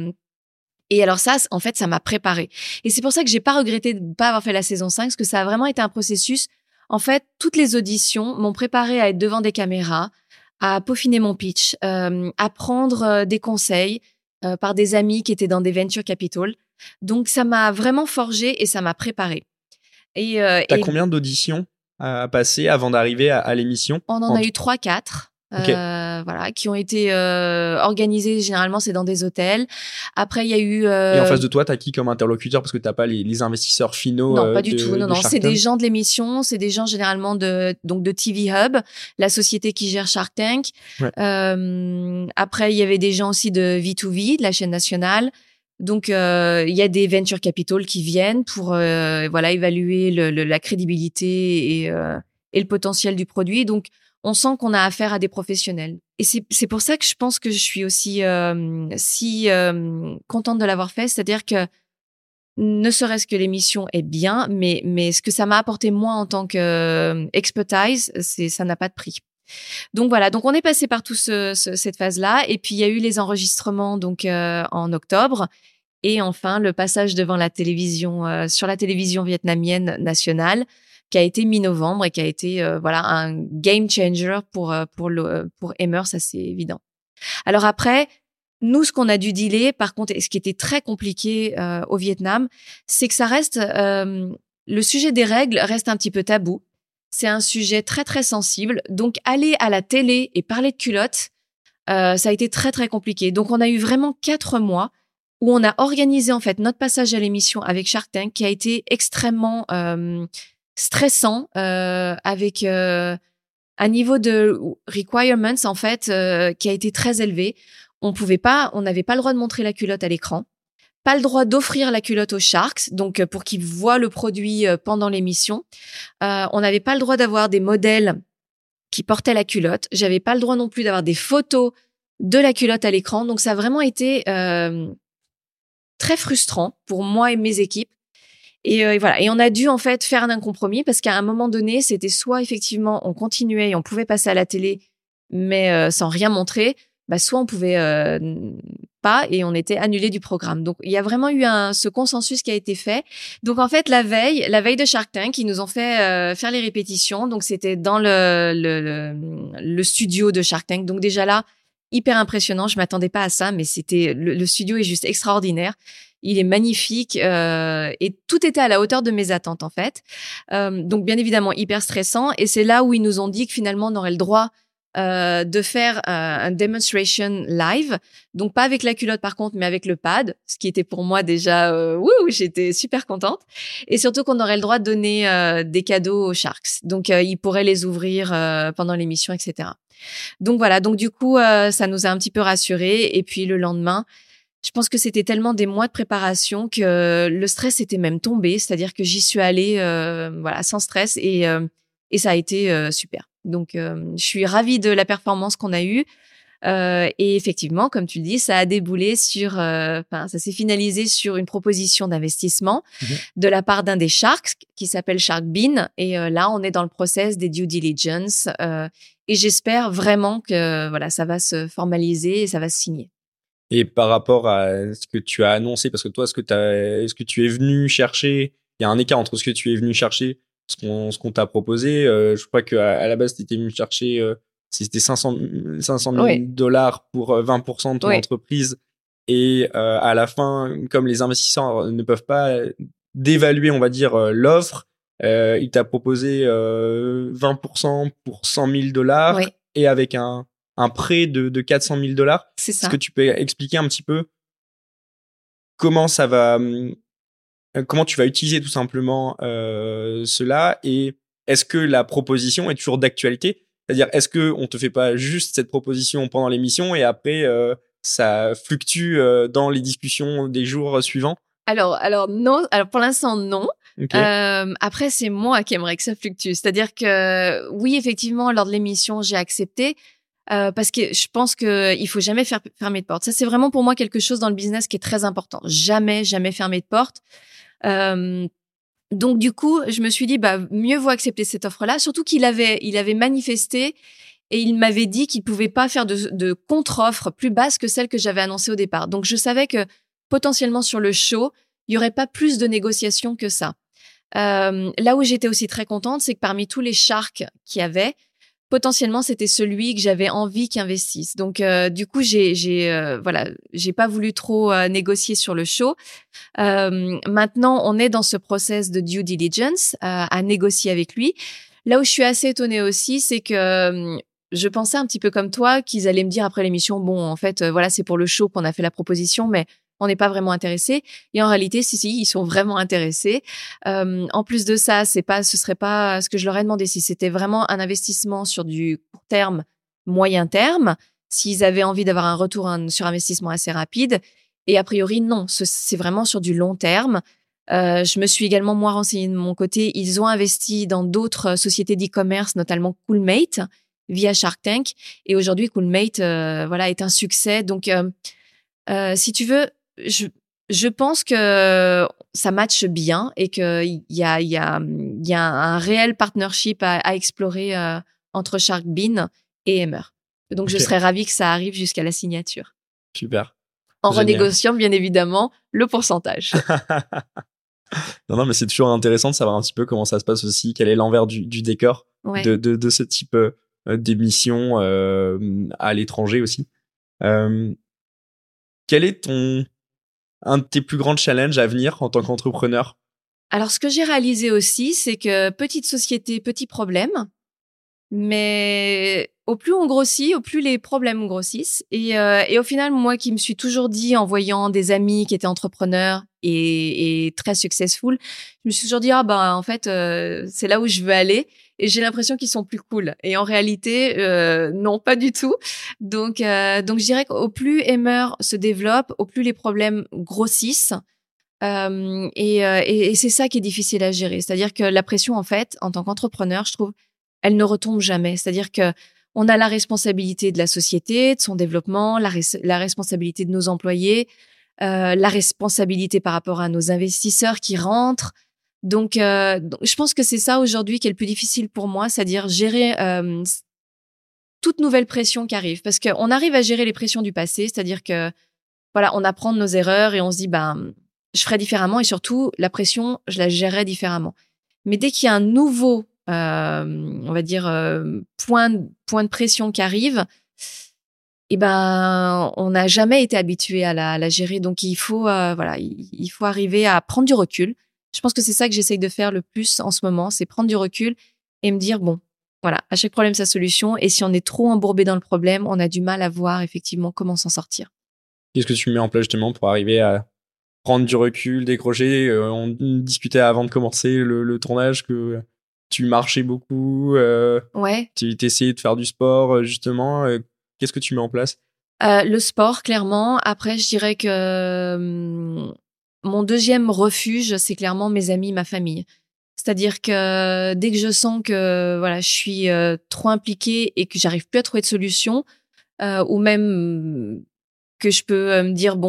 Et alors ça, en fait, ça m'a préparée. Et c'est pour ça que j'ai pas regretté de pas avoir fait la saison 5, parce que ça a vraiment été un processus. En fait, toutes les auditions m'ont préparée à être devant des caméras, à peaufiner mon pitch, à prendre des conseils par des amis qui étaient dans des venture capital. Donc ça m'a vraiment forgée et ça m'a préparée. T'as combien d'auditions à passer avant d'arriver à l'émission? On en a eu 3-4. Okay. Voilà, qui ont été organisés. Généralement, c'est dans des hôtels. Après, il y a eu. Et en face de toi, t'as qui comme interlocuteur, parce que t'as pas les investisseurs finaux? Non, pas du tout. Non, Shark c'est Tank. des gens de l'émission, c'est des gens généralement de TV Hub, la société qui gère Shark Tank. Ouais. Après, il y avait des gens aussi de V2V, de la chaîne nationale. Donc, il y a des venture capital qui viennent pour voilà, évaluer la crédibilité et le potentiel du produit. Donc, on sent qu'on a affaire à des professionnels. Et c'est pour ça que je pense que je suis aussi si contente de l'avoir fait. C'est-à-dire que ne serait-ce que l'émission est bien, mais ce que ça m'a apporté moi en tant qu'expertise, ça n'a pas de prix. Donc voilà, donc on est passé par toute cette phase-là, et puis il y a eu les enregistrements donc en octobre, et enfin le passage devant la télévision sur la télévision vietnamienne nationale, qui a été mi-novembre et qui a été voilà un game changer pour Emer, ça c'est évident. Alors après, nous, ce qu'on a dû dealer, par contre, et ce qui était très compliqué au Vietnam, c'est que ça reste le sujet des règles reste un petit peu tabou. C'est un sujet très très sensible. Donc aller à la télé et parler de culottes, ça a été très très compliqué. Donc on a eu vraiment 4 mois où on a organisé en fait notre passage à l'émission avec Shark Tank, qui a été extrêmement stressant, avec un niveau de requirements en fait qui a été très élevé. On n'avait pas le droit de montrer la culotte à l'écran, pas le droit d'offrir la culotte aux Sharks, donc pour qu'ils voient le produit pendant l'émission. On n'avait pas le droit d'avoir des modèles qui portaient la culotte. J'avais pas le droit non plus d'avoir des photos de la culotte à l'écran. Donc ça a vraiment été très frustrant pour moi et mes équipes. Et voilà. Et on a dû en fait faire un compromis, parce qu'à un moment donné, c'était soit effectivement on continuait et on pouvait passer à la télé, mais sans rien montrer, soit on pouvait pas et on était annulé du programme. Donc, il y a vraiment eu ce consensus qui a été fait. Donc, en fait, la veille de Shark Tank, ils nous ont fait faire les répétitions. Donc, c'était dans le studio de Shark Tank. Donc, déjà là, hyper impressionnant. Je m'attendais pas à ça, mais c'était le studio est juste extraordinaire. Il est magnifique et tout était à la hauteur de mes attentes en fait. Donc bien évidemment hyper stressant et c'est là où ils nous ont dit que finalement on aurait le droit de faire un demonstration live. Donc pas avec la culotte par contre, mais avec le pad, ce qui était pour moi déjà j'étais super contente. Et surtout qu'on aurait le droit de donner des cadeaux aux Sharks. Donc ils pourraient les ouvrir pendant l'émission, etc. Donc voilà, donc du coup ça nous a un petit peu rassurés. Et puis le lendemain, je pense que c'était tellement des mois de préparation que le stress était même tombé, c'est-à-dire que j'y suis allée sans stress et ça a été super. Donc je suis ravie de la performance qu'on a eue et effectivement, comme tu le dis, ça a déboulé sur ça s'est finalisé sur une proposition d'investissement de la part d'un des Sharks qui s'appelle Shark Bean et là on est dans le process des due diligence et j'espère vraiment que ça va se formaliser et ça va se signer. Et par rapport à ce que tu as annoncé, parce que toi, est-ce que tu es venu chercher, il y a un écart entre ce que tu es venu chercher, ce qu'on t'a proposé. Je crois qu'à la base, tu étais venu chercher, c'était 500 000 dollars pour 20% de ton entreprise. Et à la fin, comme les investisseurs ne peuvent pas dévaluer, on va dire, l'offre, il t'a proposé 20% pour 100 000 dollars et avec un prêt de 400 000 dollars. C'est ça. Est-ce que tu peux expliquer un petit peu comment tu vas utiliser tout simplement cela et est-ce que la proposition est toujours d'actualité? C'est-à-dire, est-ce que on te fait pas juste cette proposition pendant l'émission et après ça fluctue dans les discussions des jours suivants? Alors non. Alors pour l'instant non. Okay. Après c'est moi qui aimerais que ça fluctue. C'est-à-dire que oui effectivement lors de l'émission j'ai accepté. Parce que je pense que il faut jamais fermer de porte. Ça, c'est vraiment pour moi quelque chose dans le business qui est très important. Jamais fermer de porte. Donc du coup, je me suis dit mieux vaut accepter cette offre-là. Surtout qu'il avait manifesté et il m'avait dit qu'il pouvait pas faire de contre-offre plus basse que celle que j'avais annoncée au départ. Donc je savais que potentiellement sur le show, il y aurait pas plus de négociations que ça. Là où j'étais aussi très contente, c'est que parmi tous les Sharks qu'il y avait, potentiellement, c'était celui que j'avais envie qu'il investisse. Donc, du coup, j'ai pas voulu trop négocier sur le show. Maintenant, on est dans ce process de due diligence à négocier avec lui. Là où je suis assez étonnée aussi, c'est que je pensais un petit peu comme toi qu'ils allaient me dire après l'émission, bon, en fait, c'est pour le show qu'on a fait la proposition, mais on n'est pas vraiment intéressé. Et en réalité, si, ils sont vraiment intéressés. En plus de ça, ce serait pas ce que je leur ai demandé. Si c'était vraiment un investissement sur du court terme, moyen terme, s'ils avaient envie d'avoir un retour sur investissement assez rapide. Et a priori, non, c'est vraiment sur du long terme. Je me suis également, moi, renseignée de mon côté. Ils ont investi dans d'autres sociétés d'e-commerce, notamment Coolmate, via Shark Tank. Et aujourd'hui, Coolmate, est un succès. Donc, si tu veux, je pense que ça matche bien et qu'il y a un réel partnership à explorer entre Shark Bean et Emmer. Donc, je serais ravie que ça arrive jusqu'à la signature. Super. En renégociant, bien évidemment, le pourcentage. Non, mais c'est toujours intéressant de savoir un petit peu comment ça se passe aussi, quel est l'envers du décor de ce type d'émission à l'étranger aussi. Quel est un de tes plus grands challenges à venir en tant qu'entrepreneur? Alors, ce que j'ai réalisé aussi, c'est que petite société, petit problème, mais au plus on grossit, au plus les problèmes grossissent. Et au final, moi qui me suis toujours dit, en voyant des amis qui étaient entrepreneurs et très successful, je me suis toujours dit, en fait, c'est là où je veux aller. Et j'ai l'impression qu'ils sont plus cool. Et en réalité, non, pas du tout. Donc je dirais qu'au plus Emmer se développe, au plus les problèmes grossissent. Et c'est ça qui est difficile à gérer. C'est-à-dire que la pression, en fait, en tant qu'entrepreneur, je trouve, elle ne retombe jamais. C'est-à-dire que on a la responsabilité de la société, de son développement, la responsabilité de nos employés, la responsabilité par rapport à nos investisseurs qui rentrent. Donc, je pense que c'est ça aujourd'hui qui est le plus difficile pour moi, c'est-à-dire gérer toute nouvelle pression qui arrive. Parce qu'on arrive à gérer les pressions du passé, c'est-à-dire que, voilà, on apprend de nos erreurs et on se dit, je ferai différemment et surtout, la pression, je la gérerai différemment. Mais dès qu'il y a un nouveau, on va dire, point de pression qui arrive, on n'a jamais été habitué à la gérer. Donc, il faut arriver à prendre du recul. Je pense que c'est ça que j'essaye de faire le plus en ce moment, c'est prendre du recul et me dire, bon, voilà, à chaque problème, sa solution. Et si on est trop embourbé dans le problème, on a du mal à voir effectivement comment s'en sortir. Qu'est-ce que tu mets en place justement pour arriver à prendre du recul, décrocher? On discutait avant de commencer le tournage que tu marchais beaucoup. Ouais. Tu essayais de faire du sport, justement. Qu'est-ce que tu mets en place? Le sport, clairement. Après, je dirais que mon deuxième refuge, c'est clairement mes amis, ma famille. C'est-à-dire que dès que je sens que voilà, je suis trop impliquée et que j'arrive plus à trouver de solution, ou même que je peux me dire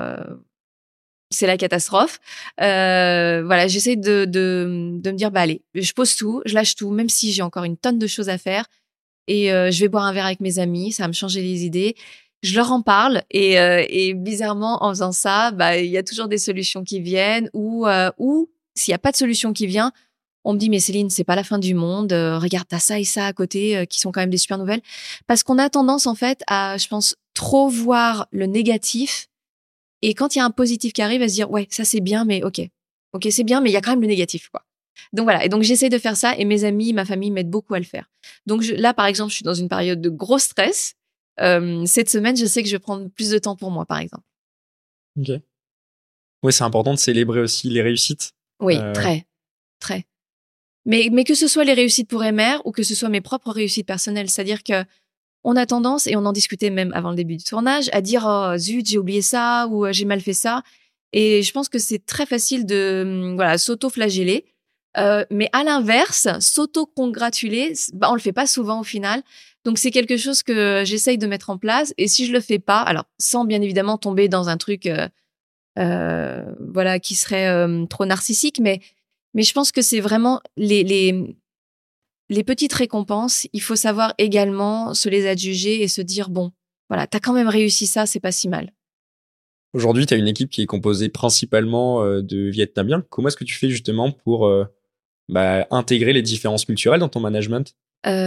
c'est la catastrophe. Voilà, j'essaie de me dire allez, je pose tout, je lâche tout, même si j'ai encore une tonne de choses à faire, et je vais boire un verre avec mes amis, ça va me changer les idées. Je leur en parle et bizarrement en faisant ça, il y a toujours des solutions qui viennent ou s'il y a pas de solution qui vient, on me dit mais Céline, c'est pas la fin du monde, regarde, t'as ça et ça à côté qui sont quand même des super nouvelles, parce qu'on a tendance en fait à, je pense, trop voir le négatif, et quand il y a un positif qui arrive, à se dire ouais, ça c'est bien, mais ok c'est bien, mais il y a quand même le négatif, quoi. Donc voilà, et donc j'essaie de faire ça et mes amis, ma famille m'aident beaucoup à le faire. Donc là par exemple, je suis dans une période de gros stress. Cette semaine, je sais que je vais prendre plus de temps pour moi, par exemple. Ok. Ouais, c'est important de célébrer aussi les réussites. Oui, très. Mais que ce soit les réussites pour Emer ou que ce soit mes propres réussites personnelles, c'est-à-dire que on a tendance, et on en discutait même avant le début du tournage, à dire oh zut, j'ai oublié ça ou j'ai mal fait ça. Et je pense que c'est très facile de s'auto-flageller. Mais à l'inverse, s'auto-congratuler, on le fait pas souvent au final. Donc c'est quelque chose que j'essaye de mettre en place. Et si je le fais pas, alors sans bien évidemment tomber dans un truc qui serait trop narcissique, mais je pense que c'est vraiment les petites récompenses. Il faut savoir également se les adjuger et se dire bon, voilà, t'as quand même réussi ça, c'est pas si mal. Aujourd'hui, tu as une équipe qui est composée principalement de Vietnamiens. Comment est-ce que tu fais justement pour intégrer les différences culturelles dans ton management?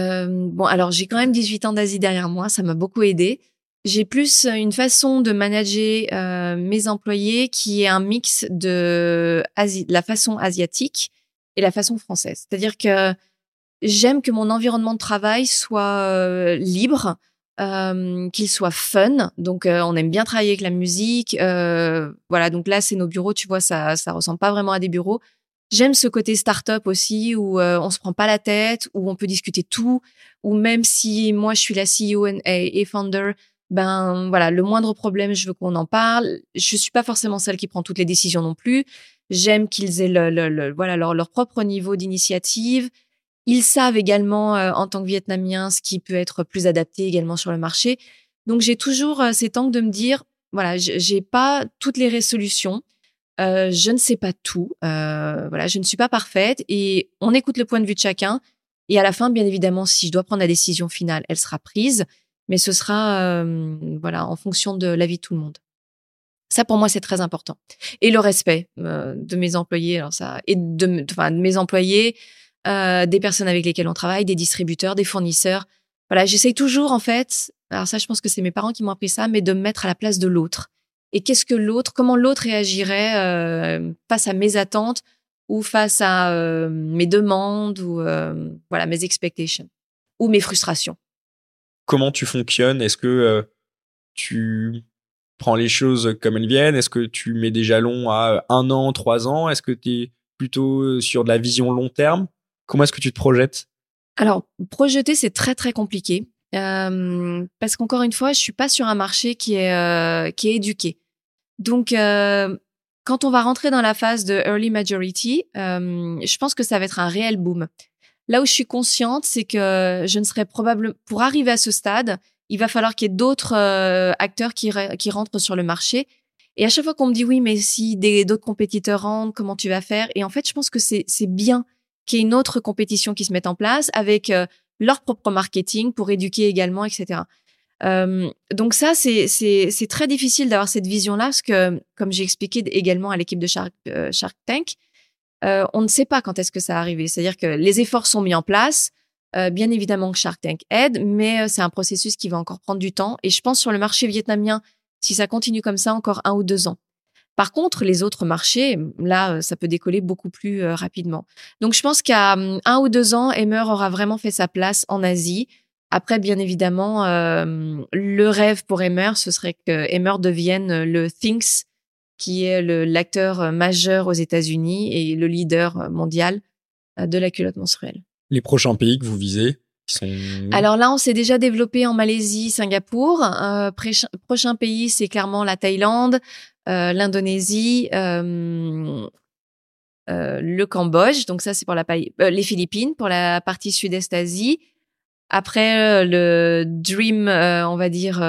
Alors j'ai quand même 18 ans d'Asie derrière moi, ça m'a beaucoup aidé. J'ai plus une façon de manager mes employés qui est un mix de la façon asiatique et la façon française. C'est-à-dire que j'aime que mon environnement de travail soit libre, qu'il soit fun. Donc on aime bien travailler avec la musique. Donc là c'est nos bureaux, tu vois, ça ressemble pas vraiment à des bureaux. J'aime ce côté start-up aussi où on se prend pas la tête, où on peut discuter tout, où même si moi je suis la CEO et founder, le moindre problème, je veux qu'on en parle. Je suis pas forcément celle qui prend toutes les décisions non plus. J'aime qu'ils aient leur propre niveau d'initiative. Ils savent également en tant que Vietnamiens ce qui peut être plus adapté également sur le marché. Donc j'ai toujours cet angle de me dire voilà, j'ai pas toutes les solutions. Je ne sais pas tout. Je ne suis pas parfaite et on écoute le point de vue de chacun. Et à la fin, bien évidemment, si je dois prendre la décision finale, elle sera prise, mais ce sera en fonction de l'avis de tout le monde. Ça, pour moi, c'est très important. Et le respect de mes employés, de mes employés, des personnes avec lesquelles on travaille, des distributeurs, des fournisseurs. Voilà, j'essaye toujours en fait. Alors ça, je pense que c'est mes parents qui m'ont appris ça, mais de me mettre à la place de l'autre. Et comment l'autre réagirait face à mes attentes ou face à mes demandes ou mes expectations ou mes frustrations. Comment tu fonctionnes? Est-ce que tu prends les choses comme elles viennent? Est-ce que tu mets des jalons à 1 an, 3 ans? Est-ce que tu es plutôt sur de la vision long terme? Comment est-ce que tu te projettes? Alors, projeter, c'est très, très compliqué. Parce qu'encore une fois, je suis pas sur un marché qui est éduqué. Donc, quand on va rentrer dans la phase de early majority, je pense que ça va être un réel boom. Là où je suis consciente, c'est que je ne serai probablement, pour arriver à ce stade, il va falloir qu'il y ait d'autres acteurs qui rentrent sur le marché. Et à chaque fois qu'on me dit oui, mais si d'autres compétiteurs rentrent, comment tu vas faire? Et en fait, je pense que c'est bien qu'il y ait une autre compétition qui se mette en place avec leur propre marketing pour éduquer également, etc. Donc ça, c'est très difficile d'avoir cette vision-là parce que, comme j'ai expliqué également à l'équipe de Shark Tank, on ne sait pas quand est-ce que ça va arriver. C'est-à-dire que les efforts sont mis en place. Bien évidemment que Shark Tank aide, mais c'est un processus qui va encore prendre du temps. Et je pense sur le marché vietnamien, si ça continue comme ça, encore 1 ou 2 ans. Par contre, les autres marchés, là, ça peut décoller beaucoup plus rapidement. Donc, je pense qu'à 1 ou 2 ans, Emmer aura vraiment fait sa place en Asie. Après, bien évidemment, le rêve pour Emmer, ce serait que Emmer devienne le Things, qui est l'acteur majeur aux États-Unis et le leader mondial de la culotte menstruelle. Les prochains pays que vous visez, qui sont... Alors là, on s'est déjà développé en Malaisie, Singapour. Prochain pays, c'est clairement la Thaïlande, l'Indonésie, le Cambodge. Donc ça, c'est pour les Philippines, pour la partie Sud-Est Asie. Après, le dream, on va dire,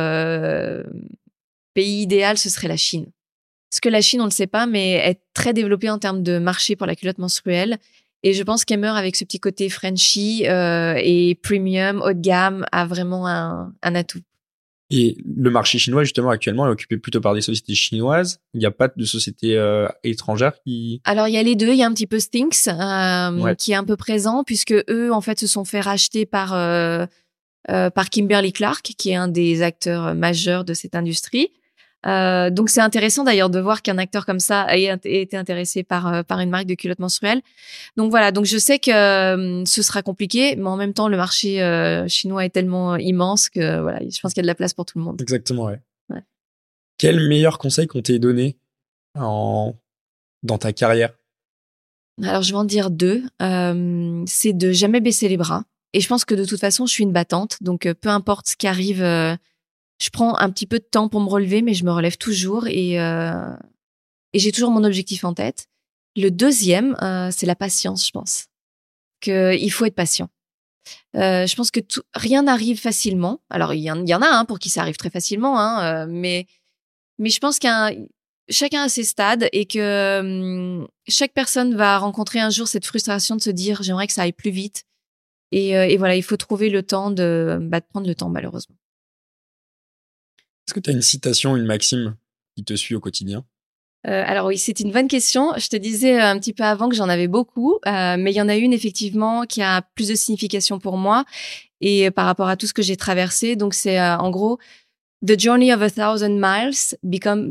pays idéal, ce serait la Chine. Parce que la Chine, on ne le sait pas, mais est très développée en termes de marché pour la culotte menstruelle. Et je pense qu'Emmer, avec ce petit côté Frenchy et premium, haut de gamme, a vraiment un atout. Et le marché chinois, justement, actuellement, est occupé plutôt par des sociétés chinoises. Il n'y a pas de sociétés étrangères qui... Alors, il y a les deux. Il y a un petit peu Stinks qui est un peu présent, puisque eux, en fait, se sont fait racheter par Kimberly-Clark, qui est un des acteurs majeurs de cette industrie. Donc c'est intéressant d'ailleurs de voir qu'un acteur comme ça ait été intéressé par une marque de culottes menstruelles. Donc voilà, donc je sais que ce sera compliqué, mais en même temps le marché chinois est tellement immense que voilà, je pense qu'il y a de la place pour tout le monde. Exactement, ouais. Quel meilleur conseil qu'on t'ait donné dans ta carrière? Alors je vais en dire 2. C'est de jamais baisser les bras. Et je pense que de toute façon je suis une battante, donc peu importe ce qui arrive. Je prends un petit peu de temps pour me relever, mais je me relève toujours et j'ai toujours mon objectif en tête. Le deuxième, c'est la patience, je pense. Il faut être patient. Je pense que rien n'arrive facilement. Alors, il y en a pour qui ça arrive très facilement, mais je pense chacun a ses stades et que chaque personne va rencontrer un jour cette frustration de se dire « j'aimerais que ça aille plus vite ». Et voilà, il faut trouver le temps de prendre le temps, malheureusement. Est-ce que tu as une citation, une maxime qui te suit au quotidien? Alors oui, c'est une bonne question. Je te disais un petit peu avant que j'en avais beaucoup, mais il y en a une effectivement qui a plus de signification pour moi et par rapport à tout ce que j'ai traversé. Donc c'est en gros « The journey of 1,000 miles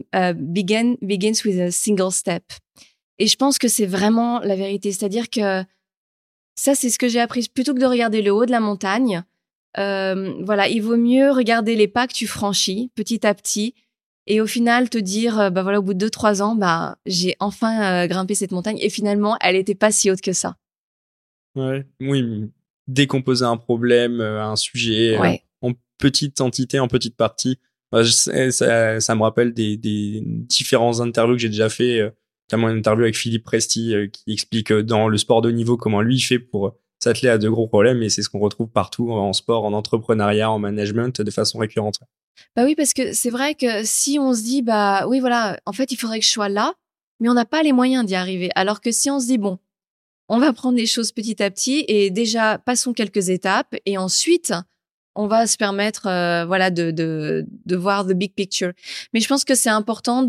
begins with a single step ». Et je pense que c'est vraiment la vérité. C'est-à-dire que ça, c'est ce que j'ai appris. Plutôt que de regarder le haut de la montagne, voilà, il vaut mieux regarder les pas que tu franchis petit à petit et au final te dire, voilà, au bout de 2-3 ans, j'ai enfin grimpé cette montagne et finalement, elle était pas si haute que ça. Ouais, oui, décomposer un problème, un sujet en petite entité, en petite partie. Ça me rappelle des différents interviews que j'ai déjà fait, notamment une interview avec Philippe Presti qui explique dans le sport de haut niveau comment lui il fait pour s'atteler à de gros problèmes et c'est ce qu'on retrouve partout en sport, en entrepreneuriat, en management de façon récurrente. Bah oui, parce que c'est vrai que si on se dit, oui, voilà, en fait, il faudrait que je sois là, mais on n'a pas les moyens d'y arriver. Alors que si on se dit, bon, on va prendre les choses petit à petit et déjà, passons quelques étapes et ensuite, on va se permettre, voilà, de voir the big picture. Mais je pense que c'est important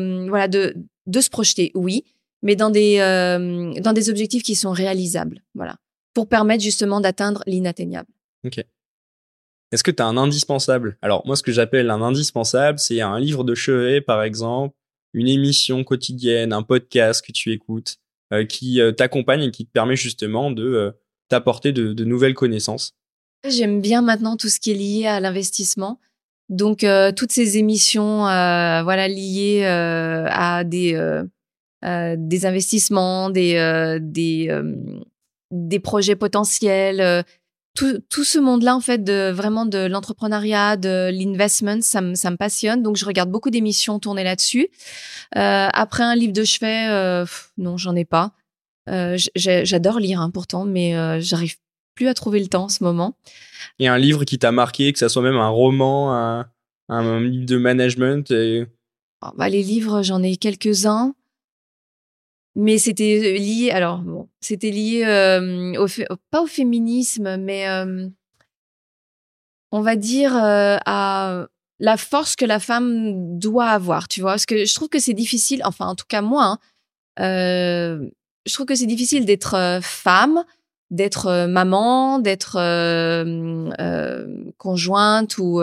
de se projeter, oui, mais dans des objectifs qui sont réalisables, voilà, pour permettre justement d'atteindre l'inatteignable. Ok. Est-ce que tu as un indispensable? Alors, moi, ce que j'appelle un indispensable, c'est un livre de chevet, par exemple, une émission quotidienne, un podcast que tu écoutes, qui t'accompagne et qui te permet justement de t'apporter de nouvelles connaissances. J'aime bien maintenant tout ce qui est lié à l'investissement. Donc, toutes ces émissions voilà, liées à des investissements, des projets potentiels, tout ce monde-là, en fait, vraiment de l'entrepreneuriat, de l'investment, ça me passionne. Donc, je regarde beaucoup d'émissions tournées là-dessus. Après, un livre de chevet, non, j'en ai pas. J'adore lire, pourtant, mais j'arrive plus à trouver le temps en ce moment. Et un livre qui t'a marqué, que ça soit même un roman, un livre de management Les livres, j'en ai quelques-uns. Mais c'était lié, alors bon, c'était lié pas au féminisme, mais on va dire à la force que la femme doit avoir, tu vois. Parce que je trouve que c'est difficile, enfin en tout cas moi, je trouve que c'est difficile d'être femme, d'être maman, d'être conjointe ou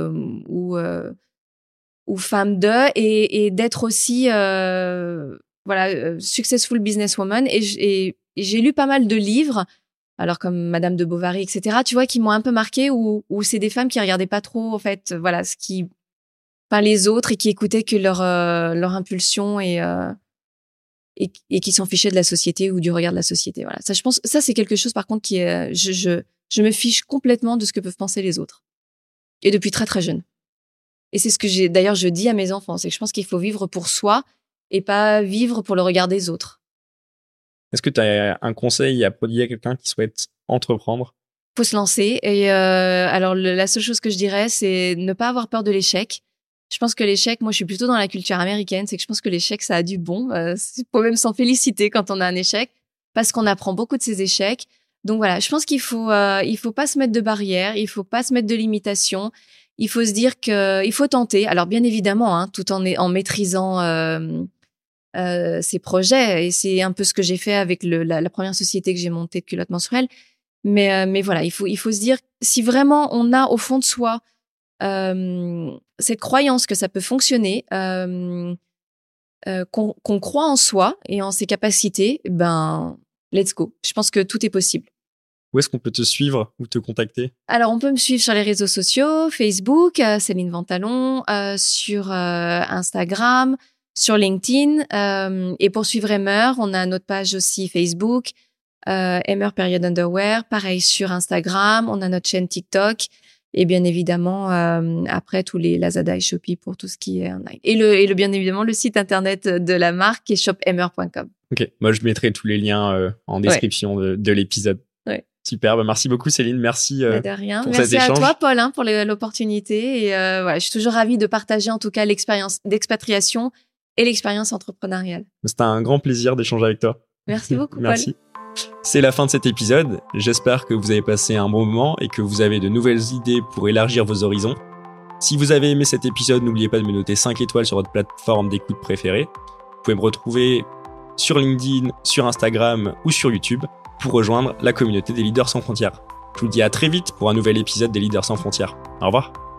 femme et d'être aussi successful businesswoman et j'ai lu pas mal de livres alors comme Madame de Bovary etc tu vois qui m'ont un peu marqué où c'est des femmes qui regardaient pas trop en fait voilà les autres et qui écoutaient que leur impulsion et qui s'en fichaient de la société ou du regard de la société. Voilà. Ça, je pense, ça c'est quelque chose par contre qui est, je me fiche complètement de ce que peuvent penser les autres. Et depuis très très jeune. Et c'est ce que je dis à mes enfants, c'est que je pense qu'il faut vivre pour soi et pas vivre pour le regard des autres. Est-ce que tu as un conseil à prodiguer à quelqu'un qui souhaite entreprendre? Faut se lancer. Et alors la seule chose que je dirais, c'est ne pas avoir peur de l'échec. Je pense que l'échec, moi je suis plutôt dans la culture américaine, c'est que je pense que l'échec ça a du bon. Faut même s'en féliciter quand on a un échec, parce qu'on apprend beaucoup de ses échecs. Donc voilà, je pense qu'il faut pas se mettre de barrières, il faut pas se mettre de limitations. Il faut se dire qu'il faut tenter. Alors bien évidemment, hein, tout en maîtrisant ses projets. Et c'est un peu ce que j'ai fait avec la première société que j'ai montée de culottes menstruelles. Mais voilà, il faut se dire si vraiment on a au fond de soi cette croyance que ça peut fonctionner, qu'on croit en soi et en ses capacités, ben let's go. Je pense que tout est possible. Où est-ce qu'on peut te suivre ou te contacter? Alors, on peut me suivre sur les réseaux sociaux, Facebook, Céline Ventalon, sur Instagram, sur LinkedIn. Et pour suivre Emmer, on a notre page aussi Facebook, Emmer Period Underwear. Pareil sur Instagram, on a notre chaîne TikTok. Et bien évidemment, après, tous les Lazada et Shopee pour tout ce qui est online. Et bien évidemment, le site internet de la marque qui est shopemmer.com. Ok, moi je mettrai tous les liens en description de l'épisode. Ouais. Super, bah merci beaucoup Céline, merci de rien. pour merci cet échange. Merci à toi Paul pour l'opportunité. Et voilà, je suis toujours ravie de partager en tout cas l'expérience d'expatriation et l'expérience entrepreneuriale. C'était un grand plaisir d'échanger avec toi. Merci beaucoup Paul. Merci. C'est la fin de cet épisode. J'espère que vous avez passé un bon moment et que vous avez de nouvelles idées pour élargir vos horizons. Si vous avez aimé cet épisode, n'oubliez pas de me noter 5 étoiles sur votre plateforme d'écoute préférée. Vous pouvez me retrouver sur LinkedIn, sur Instagram ou sur YouTube pour rejoindre la communauté des Leaders sans frontières. Je vous dis à très vite pour un nouvel épisode des Leaders sans frontières. Au revoir.